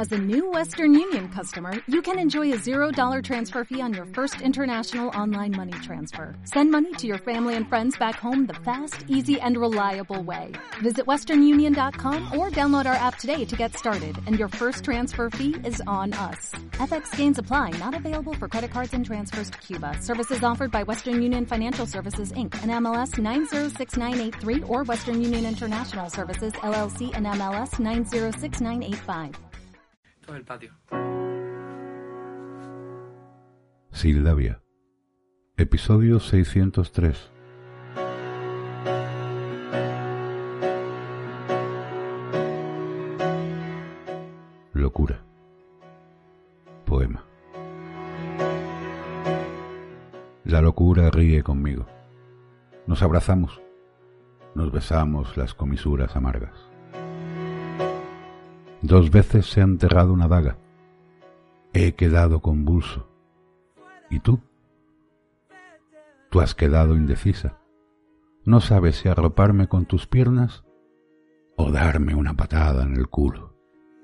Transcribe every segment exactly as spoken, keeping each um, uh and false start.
As a new Western Union customer, you can enjoy a zero dollar transfer fee on your first international online money transfer. Send money to your family and friends back home the fast, easy, and reliable way. Visit western union dot com or download our app today to get started, and your first transfer fee is on us. F X gains apply, not available for credit cards and transfers to Cuba. Services offered by Western Union Financial Services, Incorporated, and M L S nine zero six nine eight three or Western Union International Services, L L C, and M L S nine zero six nine eight five. Todo el patio. Sildavia. Episodio seiscientos tres. Locura. Poema. La locura ríe conmigo. Nos abrazamos. Nos besamos las comisuras amargas. Dos veces se ha enterrado una daga. He quedado convulso. ¿Y tú? Tú has quedado indecisa. No sabes si arroparme con tus piernas o darme una patada en el culo.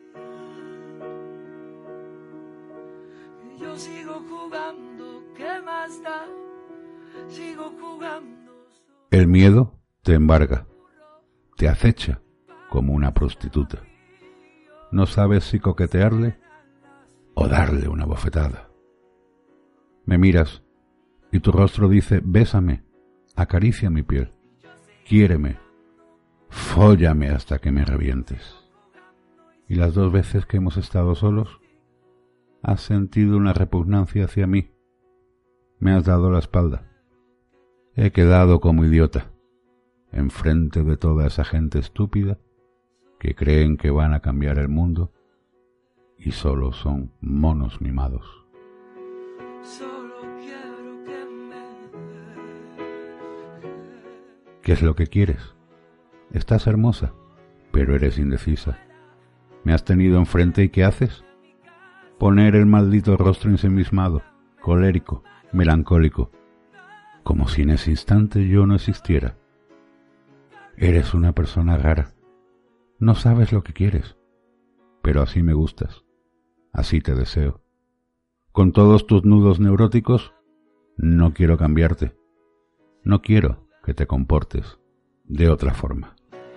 Yo sigo jugando, ¿qué más da? Sigo jugando. El miedo te embarga, te acecha como una prostituta. No sabes si coquetearle o darle una bofetada. Me miras y tu rostro dice: bésame, acaricia mi piel, quiéreme, fóllame hasta que me revientes. Y las dos veces que hemos estado solos, has sentido una repugnancia hacia mí. Me has dado la espalda. He quedado como idiota, enfrente de toda esa gente estúpida que creen que van a cambiar el mundo y solo son monos mimados. Solo quiero que me... ¿Qué es lo que quieres? Estás hermosa, pero eres indecisa. Me has tenido enfrente y ¿qué haces? Poner el maldito rostro ensimismado, colérico, melancólico, como si en ese instante yo no existiera. Eres una persona rara. No sabes lo que quieres, pero así me gustas, así te deseo. Con todos tus nudos neuróticos, no quiero cambiarte. No quiero que te comportes de otra forma.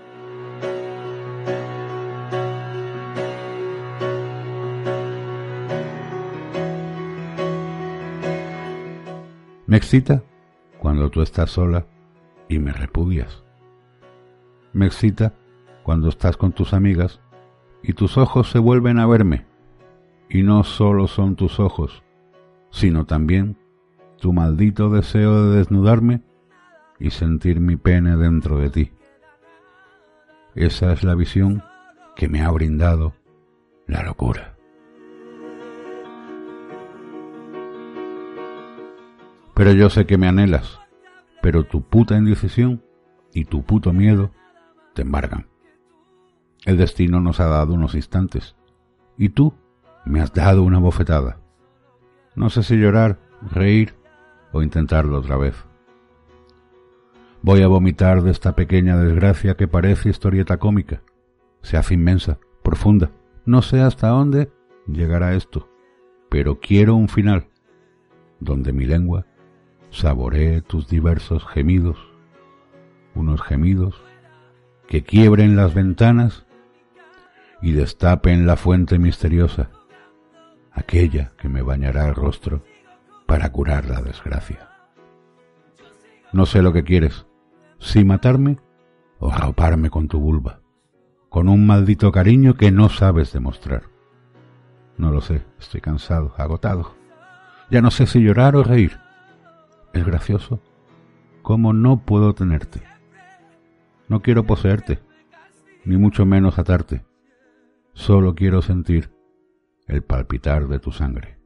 Me excita cuando tú estás sola y me repudias. Me excita cuando estás con tus amigas y tus ojos se vuelven a verme. Y no solo son tus ojos, sino también tu maldito deseo de desnudarme y sentir mi pene dentro de ti. Esa es la visión que me ha brindado la locura. Pero yo sé que me anhelas, pero tu puta indecisión y tu puto miedo te embargan. El destino nos ha dado unos instantes, y tú me has dado una bofetada. No sé si llorar, reír o intentarlo otra vez. Voy a vomitar de esta pequeña desgracia que parece historieta cómica. Se hace inmensa, profunda. No sé hasta dónde llegará esto, pero quiero un final, donde mi lengua saboree tus diversos gemidos, unos gemidos que quiebren las ventanas y destapen la fuente misteriosa, aquella que me bañará el rostro para curar la desgracia. No sé lo que quieres, si matarme o arroparme con tu vulva, con un maldito cariño que no sabes demostrar. No lo sé, estoy cansado, agotado. Ya no sé si llorar o reír. Es gracioso cómo no puedo tenerte. No quiero poseerte, ni mucho menos atarte. Solo quiero sentir el palpitar de tu sangre.